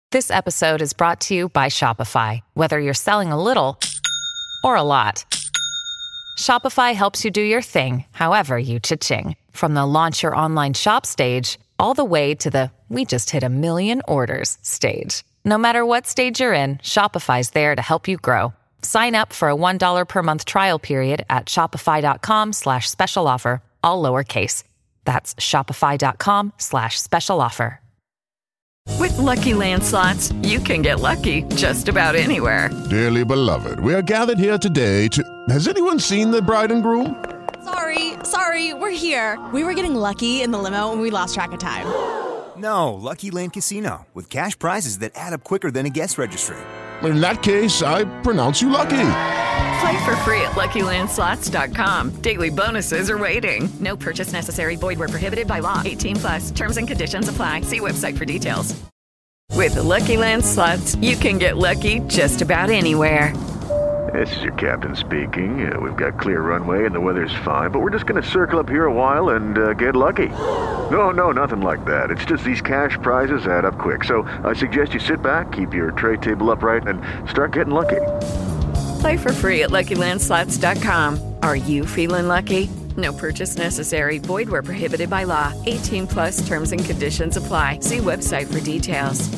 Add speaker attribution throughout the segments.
Speaker 1: This episode is brought to you by Shopify. Whether you're selling a little or a lot, Shopify helps you do your thing, however you cha-ching. From the launch your online shop stage, all the way to the we just hit 1 million orders stage. No matter what stage you're in, Shopify's there to help you grow. Sign up for a $1 per month trial period at shopify.com/special offer, all lowercase. That's shopify.com/special offer.
Speaker 2: With Lucky Land Slots, you can get lucky just about anywhere.
Speaker 3: Dearly beloved, we are gathered here today to... Has anyone seen the bride and groom?
Speaker 4: Sorry, we're here. We were getting lucky in the limo and we lost track of time.
Speaker 5: No, Lucky Land Casino, with cash prizes that add up quicker than a guest registry.
Speaker 3: In that case, I pronounce you lucky.
Speaker 2: Play for free at LuckyLandSlots.com. Daily bonuses are waiting. No purchase necessary. Void where prohibited by law. 18+. Terms and conditions apply. See website for details. With Lucky Land Slots, you can get lucky just about anywhere.
Speaker 6: This is your captain speaking. We've got clear runway and the weather's fine, but we're just going to circle up here a while and get lucky. No, nothing like that. It's just these cash prizes add up quick. So I suggest you sit back, keep your tray table upright, and start getting lucky.
Speaker 2: Play for free at LuckyLandSlots.com. Are you feeling lucky? No purchase necessary. Void where prohibited by law. 18+ terms and conditions apply. See website for details.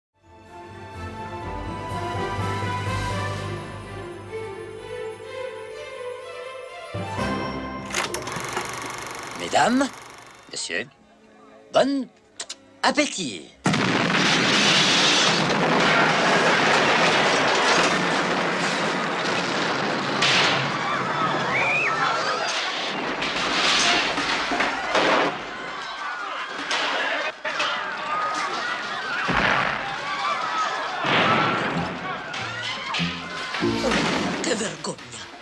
Speaker 7: Mesdames, messieurs, bon appétit.
Speaker 8: Che vergogna!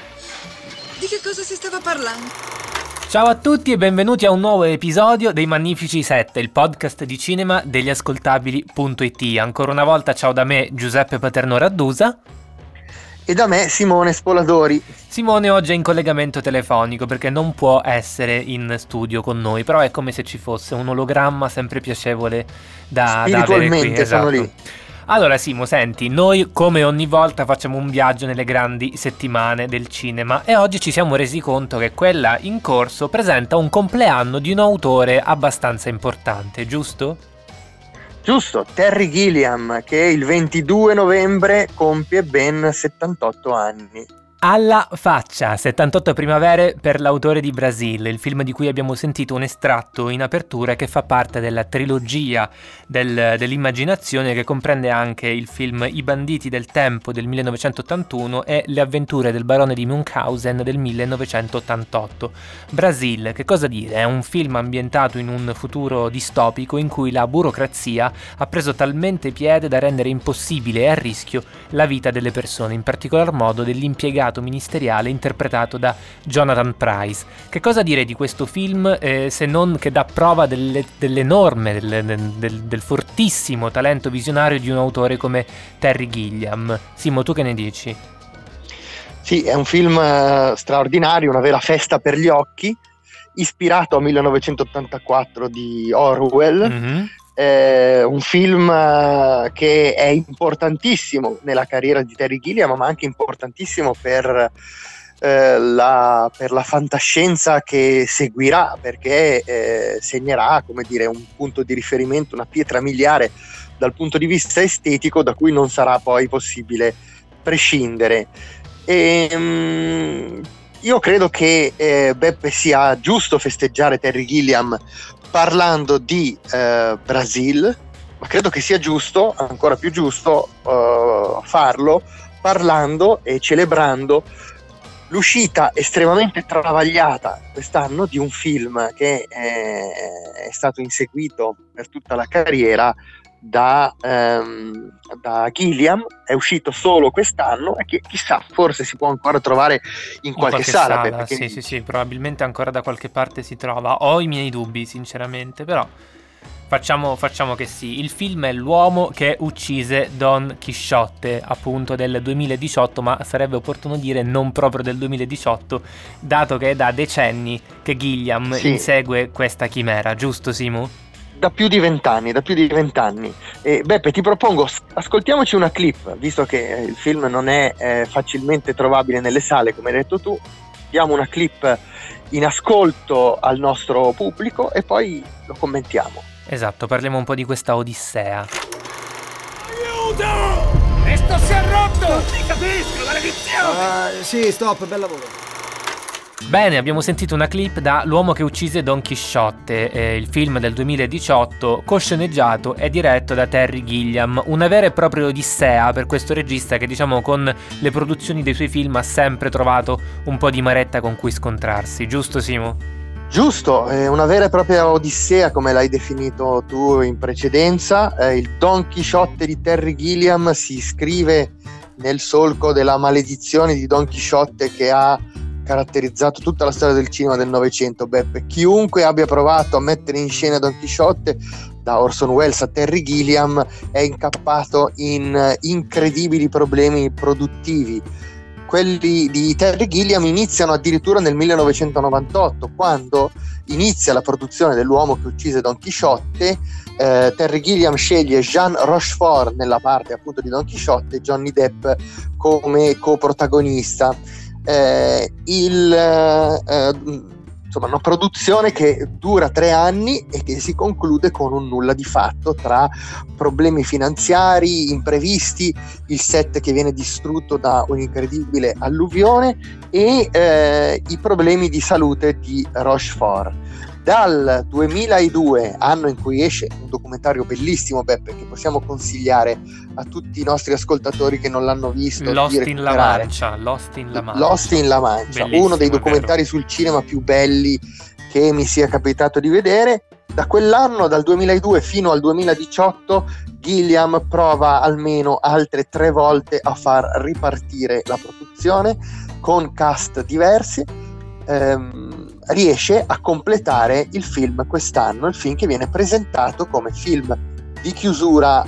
Speaker 8: Di che cosa si stava parlando?
Speaker 9: Ciao a tutti e benvenuti a un nuovo episodio dei Magnifici 7, il podcast di cinema degli ascoltabili.it. Ancora una volta ciao da me Giuseppe Paterno Raddusa.
Speaker 10: E da me Simone Spoladori.
Speaker 9: Simone oggi è in collegamento telefonico perché non può essere in studio con noi, però è come se ci fosse un ologramma sempre piacevole da avere qui.
Speaker 10: Spiritualmente sono
Speaker 9: esatto.
Speaker 10: lì.
Speaker 9: Allora Simo, senti, noi come ogni volta facciamo un viaggio nelle grandi settimane del cinema e oggi ci siamo resi conto che quella in corso presenta un compleanno di un autore abbastanza importante, giusto?
Speaker 10: Giusto, Terry Gilliam, che il 22 novembre compie ben 78 anni.
Speaker 9: Alla faccia, 78 primavere per l'autore di Brasil, il film di cui abbiamo sentito un estratto in apertura che fa parte della trilogia dell'immaginazione che comprende anche il film I banditi del tempo del 1981 e Le avventure del barone di Munchausen del 1988. Brasil, che cosa dire? È un film ambientato in un futuro distopico in cui la burocrazia ha preso talmente piede da rendere impossibile e a rischio la vita delle persone, in particolar modo dell'impiegato ministeriale interpretato da Jonathan Pryce. Che cosa dire di questo film se non che dà prova dell'enorme, del fortissimo talento visionario di un autore come Terry Gilliam. Simo, tu che ne dici?
Speaker 10: Sì, è un film straordinario, una vera festa per gli occhi, ispirato a 1984 di Orwell. Mm-hmm. Un film che è importantissimo nella carriera di Terry Gilliam, ma anche importantissimo per la fantascienza che seguirà, perché segnerà, come dire, un punto di riferimento, una pietra miliare dal punto di vista estetico da cui non sarà poi possibile prescindere. Io credo che Beppe sia giusto festeggiare Terry Gilliam parlando di Brasil, ma credo che sia giusto, ancora più giusto, farlo parlando e celebrando l'uscita estremamente travagliata quest'anno di un film che è stato inseguito per tutta la carriera da Gilliam, è uscito solo quest'anno e che chissà, forse si può ancora trovare in qualche sala. Perché...
Speaker 9: Sì, probabilmente ancora da qualche parte si trova. Ho i miei dubbi sinceramente, però facciamo che sì. Il film è L'uomo che uccise Don Chisciotte, appunto del 2018, ma sarebbe opportuno dire non proprio del 2018, dato che è da decenni che Gilliam insegue questa chimera, giusto Simu?
Speaker 10: da più di 20 anni. E Beppe, ti propongo, ascoltiamoci una clip, visto che il film non è facilmente trovabile nelle sale, come hai detto tu. Diamo una clip in ascolto al nostro pubblico e poi lo commentiamo.
Speaker 9: Esatto, parliamo un po' di questa odissea.
Speaker 11: Aiuto! Questo si è rotto! Non ti capisco, maledizione!
Speaker 12: Sì, stop, bel lavoro.
Speaker 9: Bene, abbiamo sentito una clip da L'uomo che uccise Don Chisciotte, il film del 2018, cosceneggiato e diretto da Terry Gilliam. Una vera e propria odissea per questo regista che, diciamo, con le produzioni dei suoi film ha sempre trovato un po' di maretta con cui scontrarsi, giusto Simo?
Speaker 10: Giusto, è una vera e propria odissea, come l'hai definito tu in precedenza. Il Don Chisciotte di Terry Gilliam si iscrive nel solco della maledizione di Don Chisciotte che ha caratterizzato tutta la storia del cinema del Novecento. Beppe, chiunque abbia provato a mettere in scena Don Chisciotte, da Orson Welles a Terry Gilliam, è incappato in incredibili problemi produttivi. Quelli di Terry Gilliam iniziano addirittura nel 1998, quando inizia la produzione dell'uomo che uccise Don Chisciotte. Terry Gilliam sceglie Jean Rochefort nella parte appunto di Don Chisciotte e Johnny Depp come coprotagonista. Insomma, una produzione che dura 3 anni e che si conclude con un nulla di fatto, tra problemi finanziari imprevisti, il set che viene distrutto da un'incredibile alluvione e i problemi di salute di Rochefort. Dal 2002, anno in cui esce un documentario bellissimo, Beppe, che possiamo consigliare a tutti i nostri ascoltatori che non l'hanno visto,
Speaker 9: Lost in La Mancia,
Speaker 10: uno dei documentari sul cinema più belli che mi sia capitato di vedere. Da quell'anno, dal 2002 fino al 2018, Gilliam prova almeno altre 3 volte a far ripartire la produzione con cast diversi. Riesce a completare il film quest'anno, il film che viene presentato come film di chiusura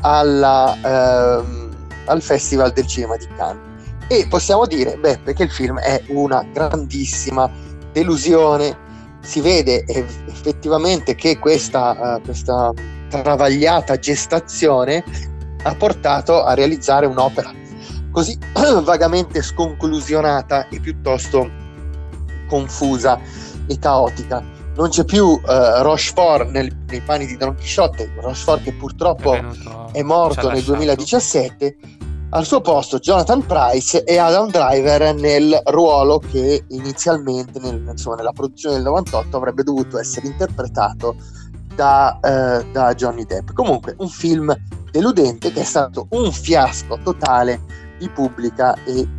Speaker 10: al Festival del Cinema di Cannes. E possiamo dire, Beppe, che il film è una grandissima delusione. Si vede effettivamente che questa travagliata gestazione ha portato a realizzare un'opera così vagamente sconclusionata e piuttosto confusa e caotica. Non c'è più Rochefort nei panni di Don Chisciotte, Rochefort che purtroppo è morto nel 2017. Al suo posto Jonathan Pryce e Adam Driver nel ruolo che inizialmente nella produzione del 98 avrebbe dovuto essere interpretato da Johnny Depp. Comunque un film deludente che è stato un fiasco totale di pubblico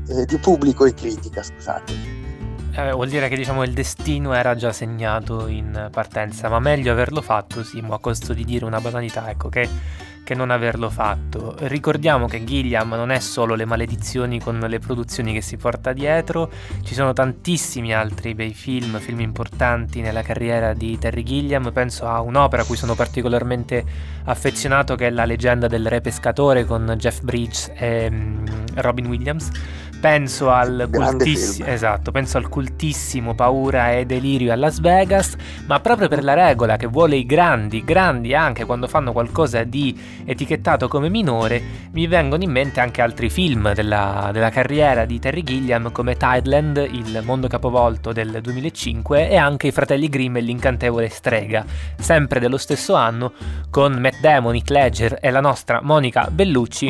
Speaker 10: e critica, scusate.
Speaker 9: Vuol dire che, diciamo, il destino era già segnato in partenza, ma meglio averlo fatto, Simo, a costo di dire una banalità, ecco, che non averlo fatto. Ricordiamo che Gilliam non è solo le maledizioni con le produzioni che si porta dietro, ci sono tantissimi altri bei film importanti nella carriera di Terry Gilliam. Penso a un'opera a cui sono particolarmente affezionato, che è La leggenda del re pescatore con Jeff Bridges e Robin Williams. Penso al cultissimo Paura e delirio a Las Vegas, ma proprio per la regola che vuole i grandi anche quando fanno qualcosa di etichettato come minore, mi vengono in mente anche altri film della carriera di Terry Gilliam, come Tideland, Il mondo capovolto del 2005, e anche I fratelli Grimm e L'incantevole strega, sempre dello stesso anno, con Matt Damon, Heath Ledger e la nostra Monica Bellucci,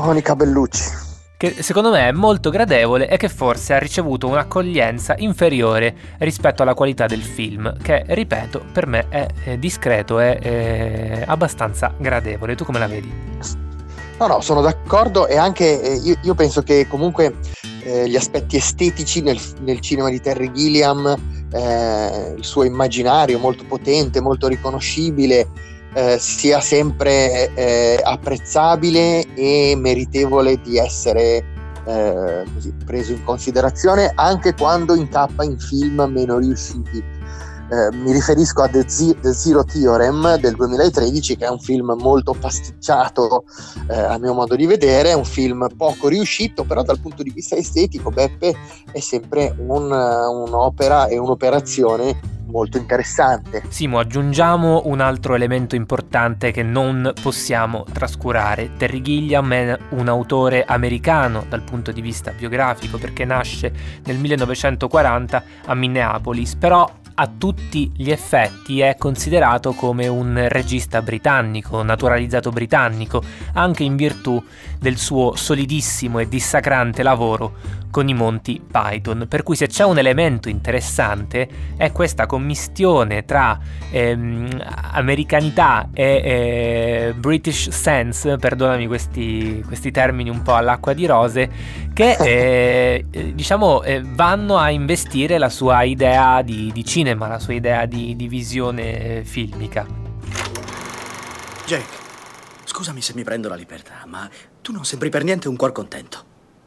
Speaker 9: che secondo me è molto gradevole e che forse ha ricevuto un'accoglienza inferiore rispetto alla qualità del film, che, ripeto, per me è discreto e abbastanza gradevole. Tu come la vedi?
Speaker 10: No, sono d'accordo, e anche io penso che comunque gli aspetti estetici nel cinema di Terry Gilliam, il suo immaginario molto potente, molto riconoscibile, sia sempre apprezzabile e meritevole di essere così preso in considerazione anche quando incappa in film meno riusciti. Mi riferisco a The Zero Theorem del 2013, che è un film molto pasticciato a mio modo di vedere, è un film poco riuscito, però dal punto di vista estetico, Beppe, è sempre un'opera e un'operazione molto interessante.
Speaker 9: Simo, aggiungiamo un altro elemento importante che non possiamo trascurare. Terry Gilliam è un autore americano dal punto di vista biografico, perché nasce nel 1940 a Minneapolis, però a tutti gli effetti è considerato come un regista britannico, naturalizzato britannico, anche in virtù del suo solidissimo e dissacrante lavoro con i Monty Python. Per cui se c'è un elemento interessante è questa commistione tra americanità e British sense, perdonami questi termini un po' all'acqua di rose, che vanno a investire la sua idea di cinema, la sua idea di visione filmica.
Speaker 12: Jack, scusami se mi prendo la libertà, ma tu non sembri per niente un cuor contento.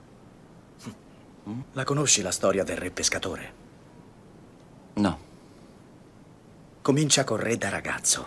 Speaker 12: La conosci la storia del re pescatore?
Speaker 7: No.
Speaker 12: Comincia col re da ragazzo.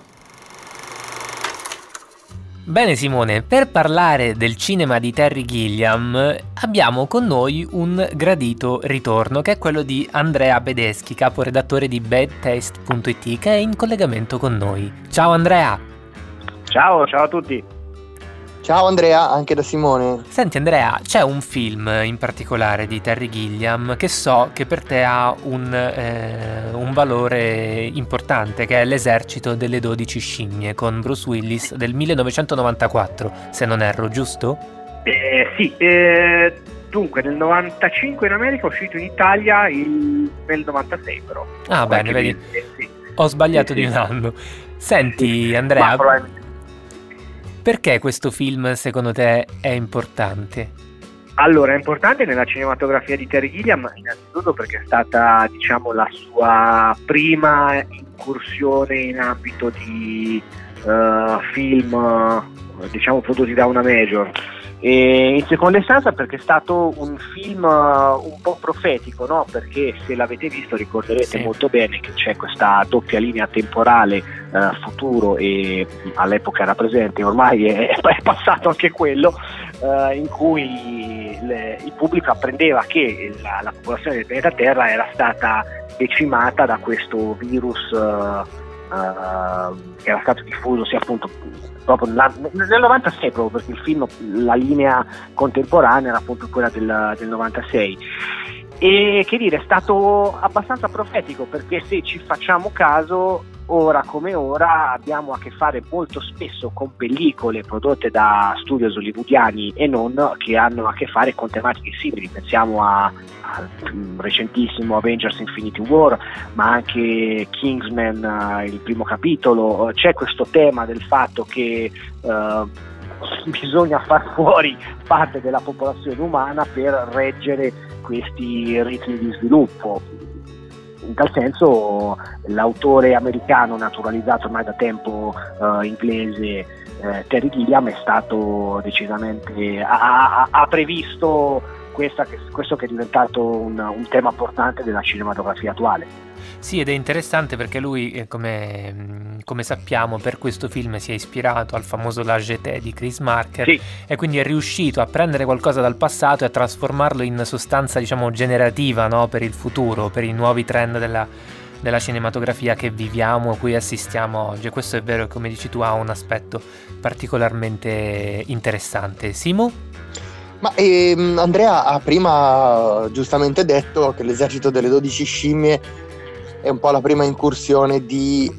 Speaker 9: Bene Simone, per parlare del cinema di Terry Gilliam abbiamo con noi un gradito ritorno, che è quello di Andrea Bedeschi, caporedattore di badtaste.it, che è in collegamento con noi. Ciao Andrea!
Speaker 13: Ciao a tutti!
Speaker 10: Ciao Andrea, anche da Simone.
Speaker 9: Senti Andrea, c'è un film in particolare di Terry Gilliam che so che per te ha un valore importante, che è L'esercito delle 12 scimmie con Bruce Willis del 1994, se non erro, giusto?
Speaker 13: Sì, dunque nel 95 in America, è uscito in Italia nel 96 però.
Speaker 9: Ah bene, vedi,
Speaker 13: sì.
Speaker 9: Ho sbagliato di un anno. Senti Andrea, perché questo film secondo te è importante?
Speaker 13: Allora, è importante nella cinematografia di Terry Gilliam innanzitutto perché è stata, diciamo, la sua prima incursione in ambito di film, diciamo, prodotti da una major. E in seconda istanza perché è stato un film un po' profetico, no? Perché se l'avete visto ricorderete molto bene che c'è questa doppia linea temporale, futuro e all'epoca era presente, ormai è passato anche quello, in cui il pubblico apprendeva che la popolazione del pianeta Terra era stata decimata da questo virus che era stato diffuso appunto proprio nel 96, proprio perché il film, la linea contemporanea era appunto quella del 96. E che dire, è stato abbastanza profetico, perché se ci facciamo caso, ora come ora abbiamo a che fare molto spesso con pellicole prodotte da studios hollywoodiani e non, che hanno a che fare con tematiche simili. Pensiamo al recentissimo Avengers Infinity War, ma anche Kingsman, il primo capitolo. C'è questo tema del fatto che bisogna far fuori parte della popolazione umana per reggere questi ritmi di sviluppo. In tal senso l'autore americano, naturalizzato ormai da tempo inglese, Terry Gilliam, è stato decisamente ha previsto questo che è diventato un tema portante della cinematografia attuale.
Speaker 9: Sì, ed è interessante perché lui, come sappiamo, per questo film si è ispirato al famoso La Jetée di Chris Marker, sì, e quindi è riuscito a prendere qualcosa dal passato e a trasformarlo in sostanza, diciamo, generativa, no? Per il futuro, per i nuovi trend della cinematografia che viviamo, a cui assistiamo oggi. E questo è vero, come dici tu, ha un aspetto particolarmente interessante. Simo?
Speaker 10: Ma Andrea ha prima giustamente detto che L'esercito delle 12 scimmie è un po' la prima incursione di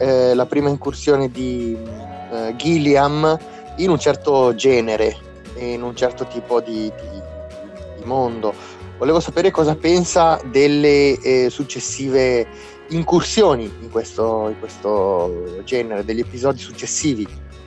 Speaker 10: Gilliam in un certo genere, in un certo tipo di mondo. Volevo sapere cosa pensa delle successive incursioni in questo genere, degli episodi successivi.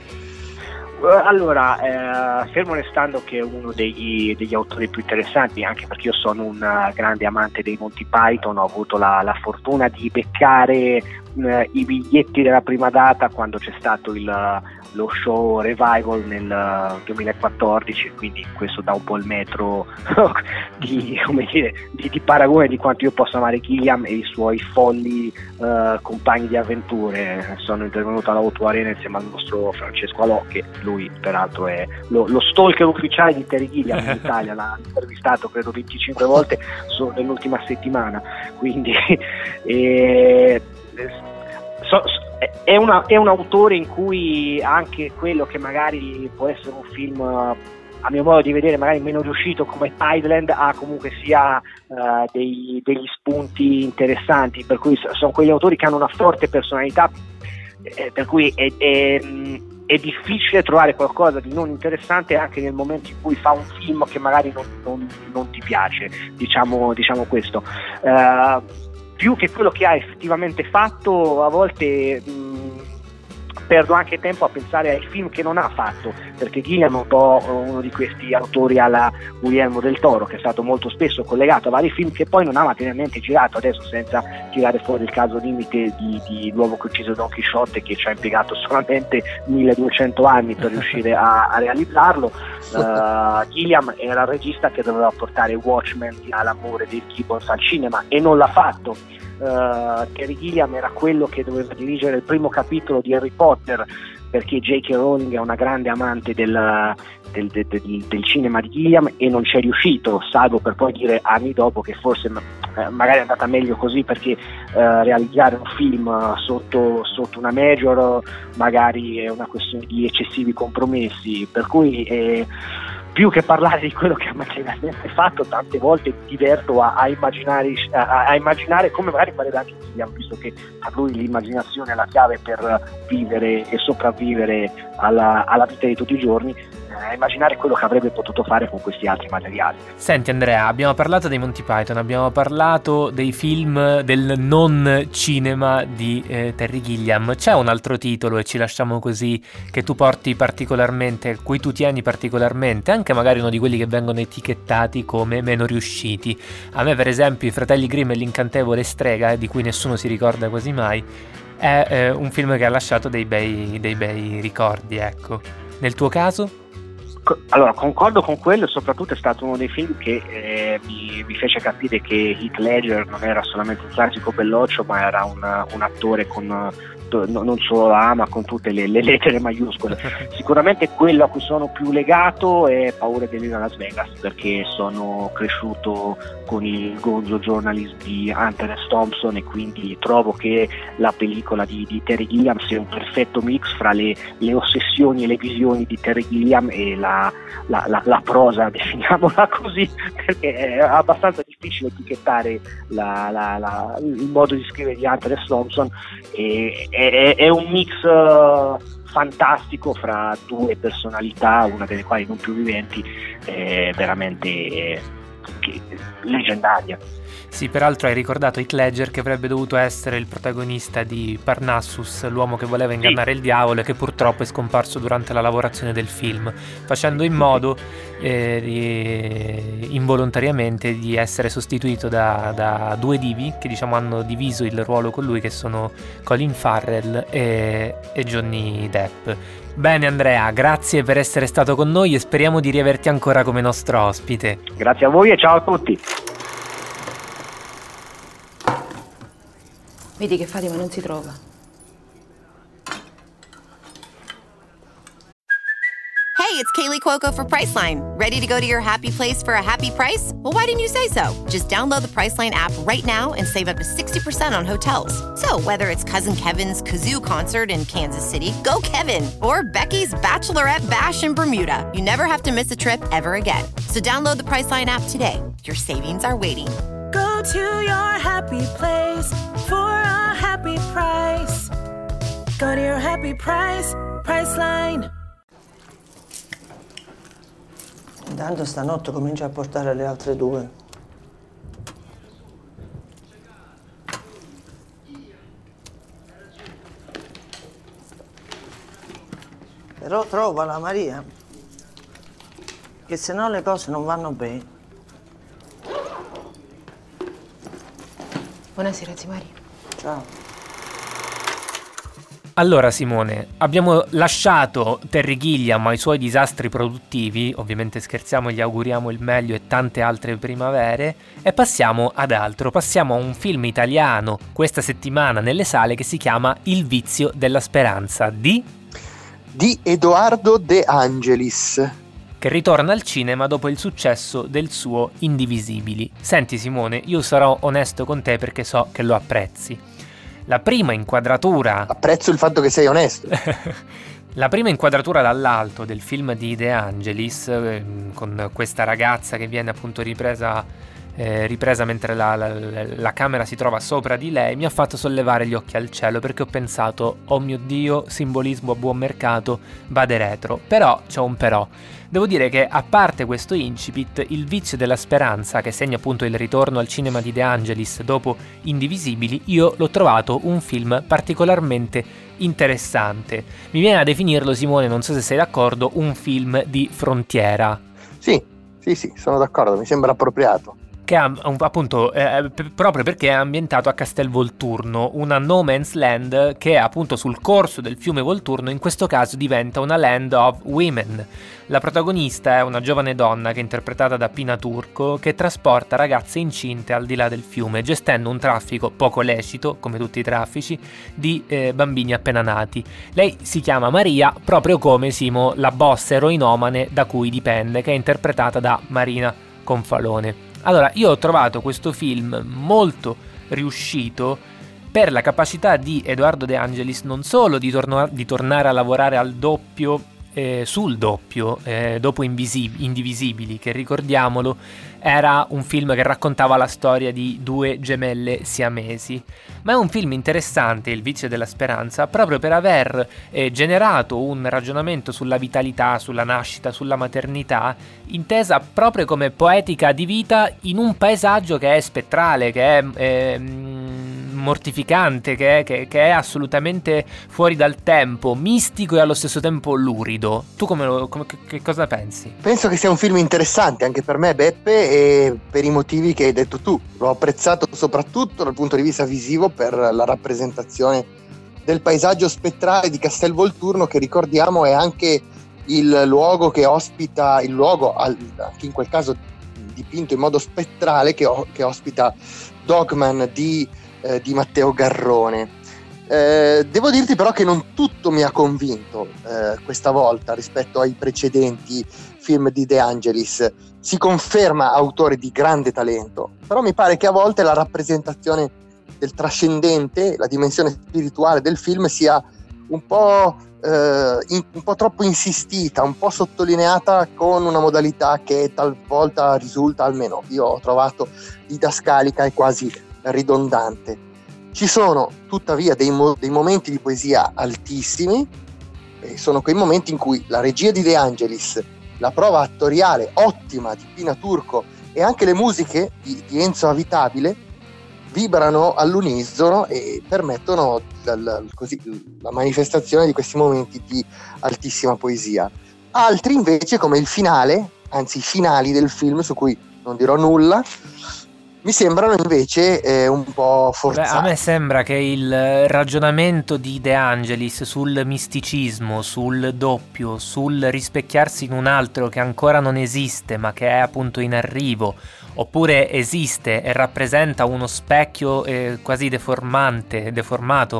Speaker 13: Allora, fermo restando che è uno degli autori più interessanti, anche perché io sono un grande amante dei Monty Python, ho avuto la fortuna di beccare i biglietti della prima data quando c'è stato lo show Revival nel 2014, quindi questo dà un po' il metro di paragone di quanto io possa amare Gilliam e i suoi folli compagni di avventure. Sono intervenuto alla O2 Arena insieme al nostro Francesco Alò, che lui peraltro è lo stalker ufficiale di Terry Gilliam in Italia, l'ha intervistato credo 25 volte solo nell'ultima settimana, quindi è un autore in cui anche quello che magari può essere un film, a mio modo di vedere, magari meno riuscito come Tideland, ha comunque sia degli spunti interessanti, per cui sono quegli autori che hanno una forte personalità, per cui è difficile trovare qualcosa di non interessante anche nel momento in cui fa un film che magari non ti piace, diciamo questo. Più che quello che ha effettivamente fatto, a volte perdo anche tempo a pensare ai film che non ha fatto, perché Gilliam è un po' uno di questi autori alla Guillermo del Toro, che è stato molto spesso collegato a vari film che poi non ha materialmente girato, adesso senza tirare fuori il caso limite di L'uomo che uccise Don Chisciotte, che ci ha impiegato solamente 1200 anni per riuscire a realizzarlo. Gilliam era il regista che doveva portare Watchmen all'amore dei Gibbons al cinema e non l'ha fatto. Terry Gilliam era quello che doveva dirigere il primo capitolo di Harry Potter, perché J.K. Rowling è una grande amante del cinema di Gilliam e non ci è riuscito, salvo per poi dire anni dopo che forse magari è andata meglio così, perché realizzare un film sotto una major magari è una questione di eccessivi compromessi, per cui più che parlare di quello che ha materialmente fatto, tante volte mi diverto a immaginare come magari farebbe anche Gilliam, visto che per lui l'immaginazione è la chiave per vivere e sopravvivere alla vita di tutti i giorni, a immaginare quello che avrebbe potuto fare con questi altri materiali.
Speaker 9: Senti Andrea, abbiamo parlato dei Monty Python, abbiamo parlato dei film del non cinema di Terry Gilliam. C'è un altro titolo, e ci lasciamo così, che tu porti particolarmente, a cui tu tieni particolarmente, anche magari uno di quelli che vengono etichettati come meno riusciti? A me per esempio I Fratelli Grimm e L'incantevole strega, di cui nessuno si ricorda quasi mai, è un film che ha lasciato dei bei ricordi, ecco. Nel tuo caso?
Speaker 13: Allora, concordo con quello, e soprattutto è stato uno dei film che mi fece capire che Heath Ledger non era solamente un classico belloccio, ma era un attore con non solo la A, ma con tutte le lettere maiuscole. Sicuramente quello a cui sono più legato è Paura di Las Vegas, perché sono cresciuto con il gonzo journalist di Hunter S. Thompson, e quindi trovo che la pellicola di Terry Gilliam sia un perfetto mix fra le ossessioni e le visioni di Terry Gilliam e la prosa, definiamola così, perché è abbastanza difficile etichettare il modo di scrivere di Hunter S. Thompson, è un mix fantastico fra due personalità, una delle quali non più viventi, veramente leggendaria.
Speaker 9: Sì, peraltro hai ricordato Heath Ledger, che avrebbe dovuto essere il protagonista di Parnassus, l'uomo che voleva ingannare il diavolo, e che purtroppo è scomparso durante la lavorazione del film, facendo in modo involontariamente di essere sostituito da due divi che diciamo hanno diviso il ruolo con lui, che sono Colin Farrell e Johnny Depp. Bene Andrea, grazie per essere stato con noi e speriamo di riaverti ancora come nostro ospite.
Speaker 13: Grazie a voi e ciao a tutti.
Speaker 14: Vedi che Fatima non si trova.
Speaker 15: Hey, it's Kaylee Cuoco for Priceline. Ready to go to your happy place for a happy price? Well, why didn't you say so? Just download the Priceline app right now and save up to 60% on hotels. So whether it's Cousin Kevin's Kazoo Concert in Kansas City, go Kevin, or Becky's Bachelorette Bash in Bermuda, you never have to miss a trip ever again. So download the Priceline app today. Your savings are waiting.
Speaker 16: Go to your happy place for a happy price. Go to your happy price, Priceline.
Speaker 17: Intanto stanotte comincia a portare le altre due. Però trovala Maria, che se no le cose non vanno bene.
Speaker 14: Buonasera, zia Maria.
Speaker 17: Ciao.
Speaker 9: Allora Simone, abbiamo lasciato Terry Gilliam ai suoi disastri produttivi, ovviamente scherziamo, gli auguriamo il meglio e tante altre primavere, e passiamo ad altro, passiamo a un film italiano questa settimana nelle sale che si chiama Il vizio della speranza di
Speaker 10: Edoardo De Angelis,
Speaker 9: che ritorna al cinema dopo il successo del suo Indivisibili. Senti Simone, io sarò onesto con te perché so che lo apprezzi. la prima inquadratura.
Speaker 10: Apprezzo il fatto che sei onesto.
Speaker 9: La prima inquadratura dall'alto del film di De Angelis, con questa ragazza che viene appunto ripresa mentre la camera si trova sopra di lei, mi ha fatto sollevare gli occhi al cielo, perché ho pensato, oh mio Dio, simbolismo a buon mercato, vade retro. Però c'è un però. Devo dire che, a parte questo incipit, Il vizio della speranza, che segna appunto il ritorno al cinema di De Angelis dopo Indivisibili, io l'ho trovato un film particolarmente interessante. Mi viene a definirlo, Simone, non so se sei d'accordo, un film di frontiera.
Speaker 10: Sì, sono d'accordo, mi sembra appropriato.
Speaker 9: Che ha appunto proprio perché è ambientato a Castel Volturno, una no man's land che appunto sul corso del fiume Volturno in questo caso diventa una land of women. La protagonista è una giovane donna che è interpretata da Pina Turco, che trasporta ragazze incinte al di là del fiume, gestendo un traffico poco lecito, come tutti i traffici, di bambini appena nati. Lei si chiama Maria, proprio come Simo, la boss eroinomane da cui dipende, che è interpretata da Marina Confalone. Allora, io ho trovato questo film molto riuscito per la capacità di Edoardo De Angelis non solo di tornare a lavorare al doppio, sul doppio, dopo Indivisibili, che ricordiamolo era un film che raccontava la storia di due gemelle siamesi, ma è un film interessante, Il vizio della speranza, proprio per aver generato un ragionamento sulla vitalità, sulla nascita, sulla maternità, intesa proprio come poetica di vita in un paesaggio che è spettrale, che è mortificante, che è assolutamente fuori dal tempo, mistico e allo stesso tempo lurido. Tu che cosa pensi?
Speaker 10: Penso che sia un film interessante anche per me, Beppe, e per i motivi che hai detto tu. L'ho apprezzato soprattutto dal punto di vista visivo, per la rappresentazione del paesaggio spettrale di Castel Volturno, che ricordiamo è anche il luogo che ospita, anche in quel caso dipinto in modo spettrale, che ospita Dogman di Matteo Garrone. Devo dirti però che non tutto mi ha convinto questa volta rispetto ai precedenti film di De Angelis. Si conferma autore di grande talento, però mi pare che a volte la rappresentazione del trascendente, la dimensione spirituale del film sia un po' troppo insistita, un po' sottolineata con una modalità che talvolta risulta, almeno io ho trovato, didascalica e quasi ridondante. Ci sono tuttavia dei momenti di poesia altissimi, e sono quei momenti in cui la regia di De Angelis, la prova attoriale ottima di Pina Turco e anche le musiche di Enzo Avitabile vibrano all'unisono e permettono la manifestazione di questi momenti di altissima poesia. Altri invece, come il finale, anzi i finali del film, su cui non dirò nulla, mi sembrano invece un po' forzati.
Speaker 9: A me sembra che il ragionamento di De Angelis sul misticismo, sul doppio, sul rispecchiarsi in un altro che ancora non esiste ma che è appunto in arrivo, oppure esiste e rappresenta uno specchio quasi deformato,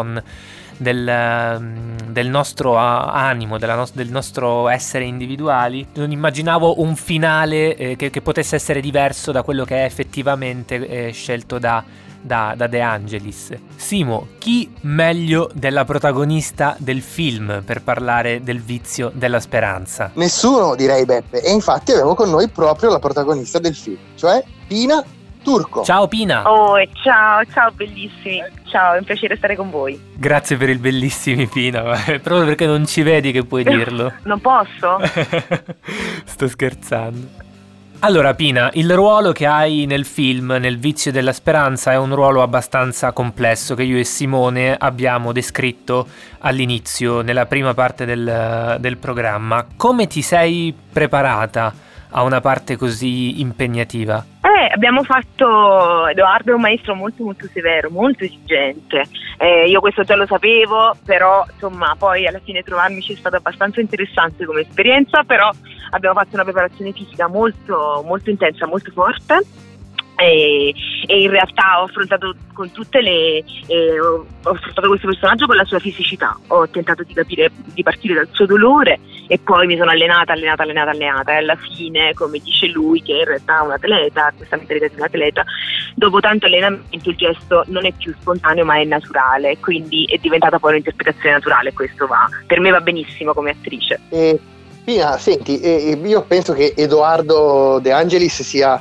Speaker 9: del nostro animo, del nostro essere individuali. Non immaginavo un finale che potesse essere diverso da quello che è effettivamente scelto da De Angelis. Simo, chi meglio della protagonista del film per parlare del vizio della speranza?
Speaker 10: Nessuno, direi, Beppe, e infatti abbiamo con noi proprio la protagonista del film, cioè Pina Turco.
Speaker 9: Ciao Pina.
Speaker 18: Oh, ciao bellissimi. Ciao, è un piacere stare con voi.
Speaker 9: Grazie per il bellissimi, Pina, proprio perché non ci vedi che puoi dirlo.
Speaker 18: Non posso?
Speaker 9: Sto scherzando. Allora Pina, il ruolo che hai nel film, nel vizio della speranza, è un ruolo abbastanza complesso che io e Simone abbiamo descritto all'inizio, nella prima parte del programma. Come ti sei preparata a una parte così impegnativa?
Speaker 18: Abbiamo fatto, Edoardo è un maestro molto molto severo, molto esigente, io questo già lo sapevo, però insomma poi alla fine trovarmici è stato abbastanza interessante come esperienza, però abbiamo fatto una preparazione fisica molto molto intensa, molto forte, e in realtà ho affrontato con tutte ho affrontato questo personaggio con la sua fisicità, ho tentato di capire, di partire dal suo dolore e poi mi sono allenata e alla fine, come dice lui, che in realtà è un atleta, questa mentalità di un atleta, dopo tanto allenamento il gesto non è più spontaneo ma è naturale, quindi è diventata poi un'interpretazione naturale e questo per me va benissimo come attrice.
Speaker 10: Pina, senti, io penso che Edoardo De Angelis sia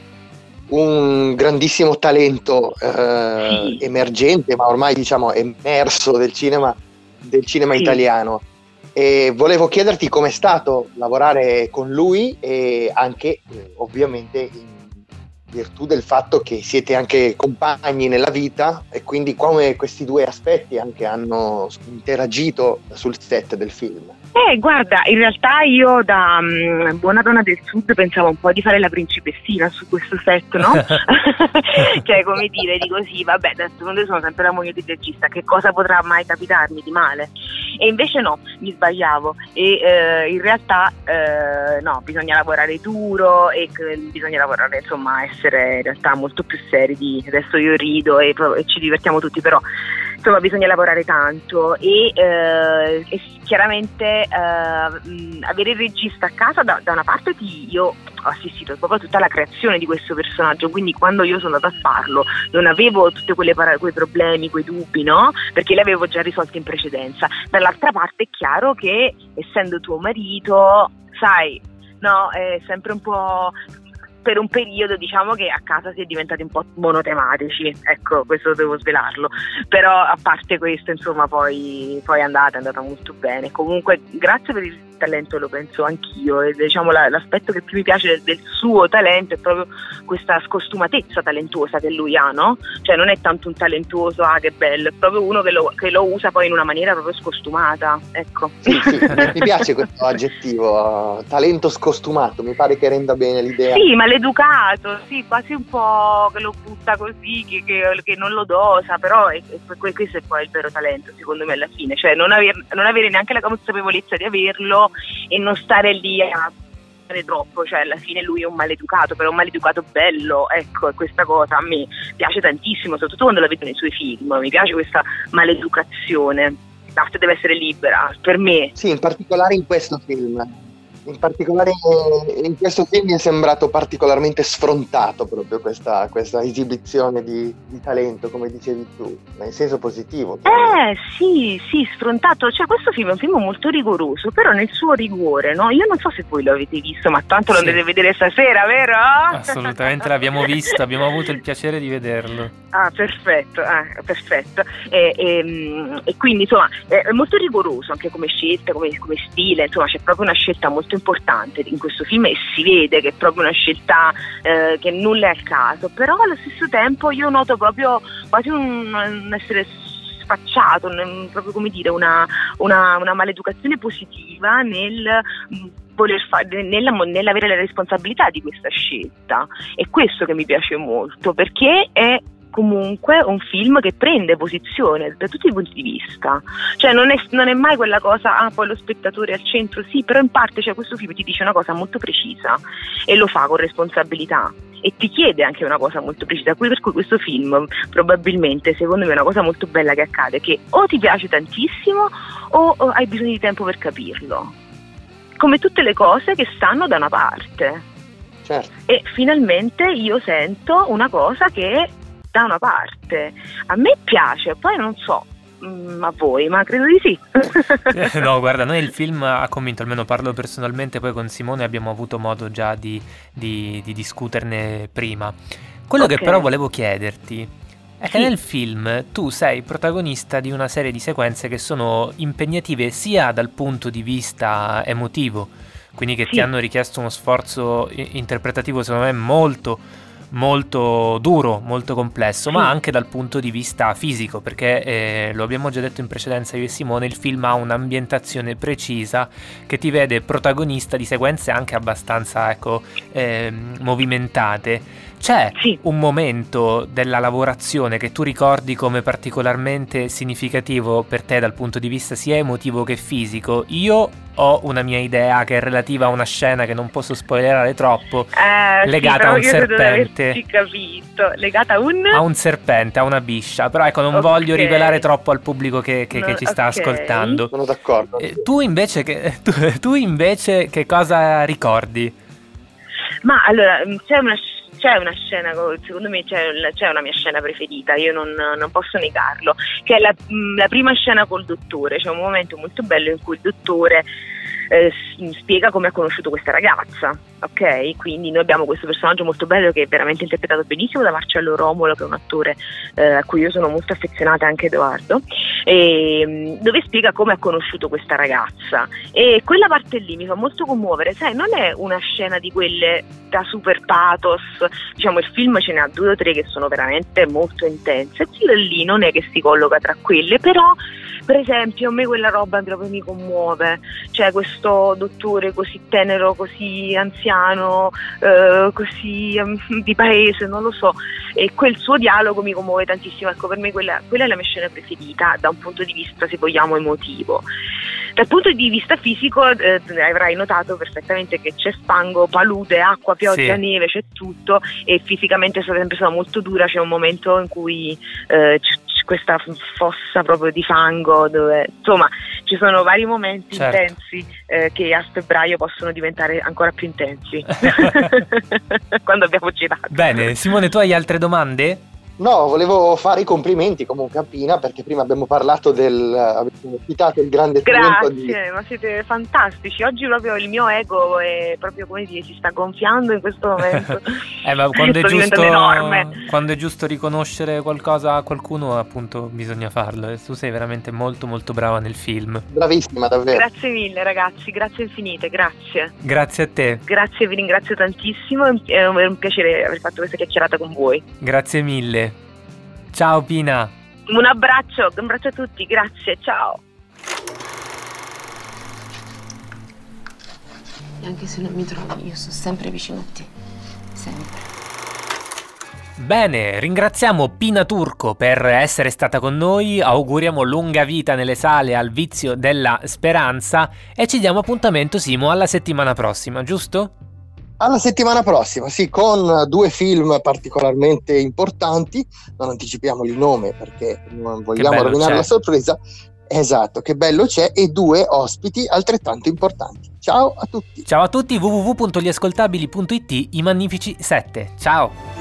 Speaker 10: un grandissimo talento emergente, ma ormai diciamo emerso del cinema italiano, e volevo chiederti com'è stato lavorare con lui e anche ovviamente in virtù del fatto che siete anche compagni nella vita e quindi come questi due aspetti anche hanno interagito sul set del film.
Speaker 18: Guarda, in realtà io da buona donna del sud pensavo un po' di fare la principessina su questo set, no? Cioè, come dire, dico sì, vabbè, d'altronde sono sempre la moglie del regista, che cosa potrà mai capitarmi di male? E invece no, mi sbagliavo e in realtà no, bisogna lavorare duro e bisogna lavorare, insomma, essere in realtà molto più seri adesso io rido e ci divertiamo tutti, però insomma bisogna lavorare tanto e chiaramente avere il regista a casa da una parte io ho assistito proprio a tutta la creazione di questo personaggio, quindi quando io sono andata a farlo non avevo tutti quei problemi, quei dubbi, no? Perché li avevo già risolti in precedenza. Dall'altra parte è chiaro che essendo tuo marito, sai, no, è sempre un po', per un periodo diciamo che a casa si è diventati un po' monotematici, ecco, questo devo svelarlo, però a parte questo insomma poi è andata molto bene. Comunque grazie per il talento, lo penso anch'io, e diciamo l'aspetto che più mi piace del suo talento è proprio questa scostumatezza talentuosa che lui ha, no? Cioè non è tanto un talentuoso, che bello, è proprio uno che lo usa poi in una maniera proprio scostumata, ecco. Sì,
Speaker 10: mi piace questo aggettivo, talento scostumato, mi pare che renda bene l'idea.
Speaker 18: Sì, maleducato, sì, quasi un po' che lo butta così, che non lo dosa, però questo è poi il vero talento secondo me alla fine, cioè non avere neanche la consapevolezza di averlo e non stare lì a fare troppo, cioè alla fine lui è un maleducato, però un maleducato bello, ecco, e questa cosa a me piace tantissimo, soprattutto quando la vedo nei suoi film, mi piace questa maleducazione, l'arte deve essere libera, per me.
Speaker 10: Sì, in particolare in questo film. In particolare in questo film mi è sembrato particolarmente sfrontato proprio questa esibizione di talento, come dicevi tu, ma in senso positivo.
Speaker 18: Sì, sfrontato, cioè questo film è un film molto rigoroso, però nel suo rigore, no? Io non so se voi lo avete visto, ma tanto lo dovete vedere stasera, vero?
Speaker 9: Assolutamente l'abbiamo visto, abbiamo avuto il piacere di vederlo.
Speaker 18: Perfetto. E quindi insomma è molto rigoroso anche come scelta, come stile, insomma c'è proprio una scelta molto importante in questo film e si vede che è proprio una scelta che nulla è al caso, però allo stesso tempo io noto proprio quasi un essere sfacciato, proprio come dire una maleducazione positiva nel voler nell'avere la responsabilità di questa scelta, è questo che mi piace molto, perché è comunque un film che prende posizione da tutti i punti di vista, cioè non è mai quella cosa poi lo spettatore è al centro, sì, però in parte cioè, questo film ti dice una cosa molto precisa e lo fa con responsabilità e ti chiede anche una cosa molto precisa, per cui questo film probabilmente secondo me è una cosa molto bella che accade, che o ti piace tantissimo o hai bisogno di tempo per capirlo, come tutte le cose che stanno da una parte.
Speaker 10: Certo.
Speaker 18: E finalmente io sento una cosa che da una parte a me piace, poi non so a voi, ma credo di sì.
Speaker 9: No, guarda, noi il film ha convinto, almeno parlo personalmente, poi con Simone abbiamo avuto modo già di discuterne prima. Quello che però volevo chiederti è che nel film tu sei protagonista di una serie di sequenze che sono impegnative sia dal punto di vista emotivo, quindi che ti hanno richiesto uno sforzo interpretativo secondo me molto duro, molto complesso, ma anche dal punto di vista fisico, perché lo abbiamo già detto in precedenza io e Simone, il film ha un'ambientazione precisa che ti vede protagonista di sequenze anche abbastanza movimentate. C'è un momento della lavorazione che tu ricordi come particolarmente significativo per te dal punto di vista sia emotivo che fisico? Io ho una mia idea che è relativa a una scena che non posso spoilerare troppo, legata a un serpente.
Speaker 18: Capito. Legata a un
Speaker 9: serpente, a una biscia. Però ecco, non voglio rivelare troppo al pubblico che ci sta ascoltando.
Speaker 10: Sono d'accordo.
Speaker 9: Tu invece che cosa ricordi?
Speaker 18: Ma allora, c'è una scena, secondo me c'è una mia scena preferita, io non posso negarlo, che è la prima scena col dottore. C'è un momento molto bello in cui il dottore spiega come ha conosciuto questa ragazza, ok? Quindi noi abbiamo questo personaggio molto bello che è veramente interpretato benissimo da Marcello Romolo, che è un attore a cui io sono molto affezionata, anche Edoardo, dove spiega come ha conosciuto questa ragazza, e quella parte lì mi fa molto commuovere, sai, non è una scena di quelle da super pathos, diciamo il film ce ne ha 2 o 3 che sono veramente molto intense, quella lì non è che si colloca tra quelle, però per esempio a me quella roba proprio mi commuove, cioè questo dottore così tenero, così anziano, così di paese, non lo so, e quel suo dialogo mi commuove tantissimo. Ecco, per me quella è la mia scena preferita da un punto di vista, se vogliamo, emotivo. Dal punto di vista fisico avrai notato perfettamente che c'è fango, palude, acqua, pioggia, neve, c'è tutto, e fisicamente è sempre stata molto dura. C'è un momento in cui c'è questa fossa proprio di fango, dove insomma ci sono vari momenti intensi che a febbraio possono diventare ancora più intensi quando abbiamo girato.
Speaker 9: Bene, Simone, tu hai altre domande?
Speaker 10: No, volevo fare i complimenti comunque a Pina, perché prima abbiamo parlato avete citato il grande talento
Speaker 18: Grazie, ma siete fantastici. Oggi proprio il mio ego è proprio, come dire, si sta gonfiando in questo momento.
Speaker 9: Ma quando è giusto riconoscere qualcosa a qualcuno, appunto, bisogna farlo. E tu sei veramente molto molto brava nel film.
Speaker 10: Bravissima, davvero.
Speaker 18: Grazie mille ragazzi, grazie infinite, grazie.
Speaker 9: Grazie a te.
Speaker 18: Grazie, vi ringrazio tantissimo, è un piacere aver fatto questa chiacchierata con voi.
Speaker 9: Grazie mille. Ciao Pina.
Speaker 18: Un abbraccio a tutti, grazie, ciao.
Speaker 14: E anche se non mi trovi, io sono sempre vicino a te, sempre.
Speaker 9: Bene, ringraziamo Pina Turco per essere stata con noi, auguriamo lunga vita nelle sale al Vizio della Speranza e ci diamo appuntamento, Simo, alla settimana prossima, giusto?
Speaker 10: Alla settimana prossima, sì, con 2 film particolarmente importanti, non anticipiamo il nome perché non vogliamo rovinare la sorpresa. Esatto, che bello c'è, e 2 ospiti altrettanto importanti. Ciao a tutti.
Speaker 9: Ciao a tutti, www.gliascoltabili.it, i Magnifici 7. Ciao.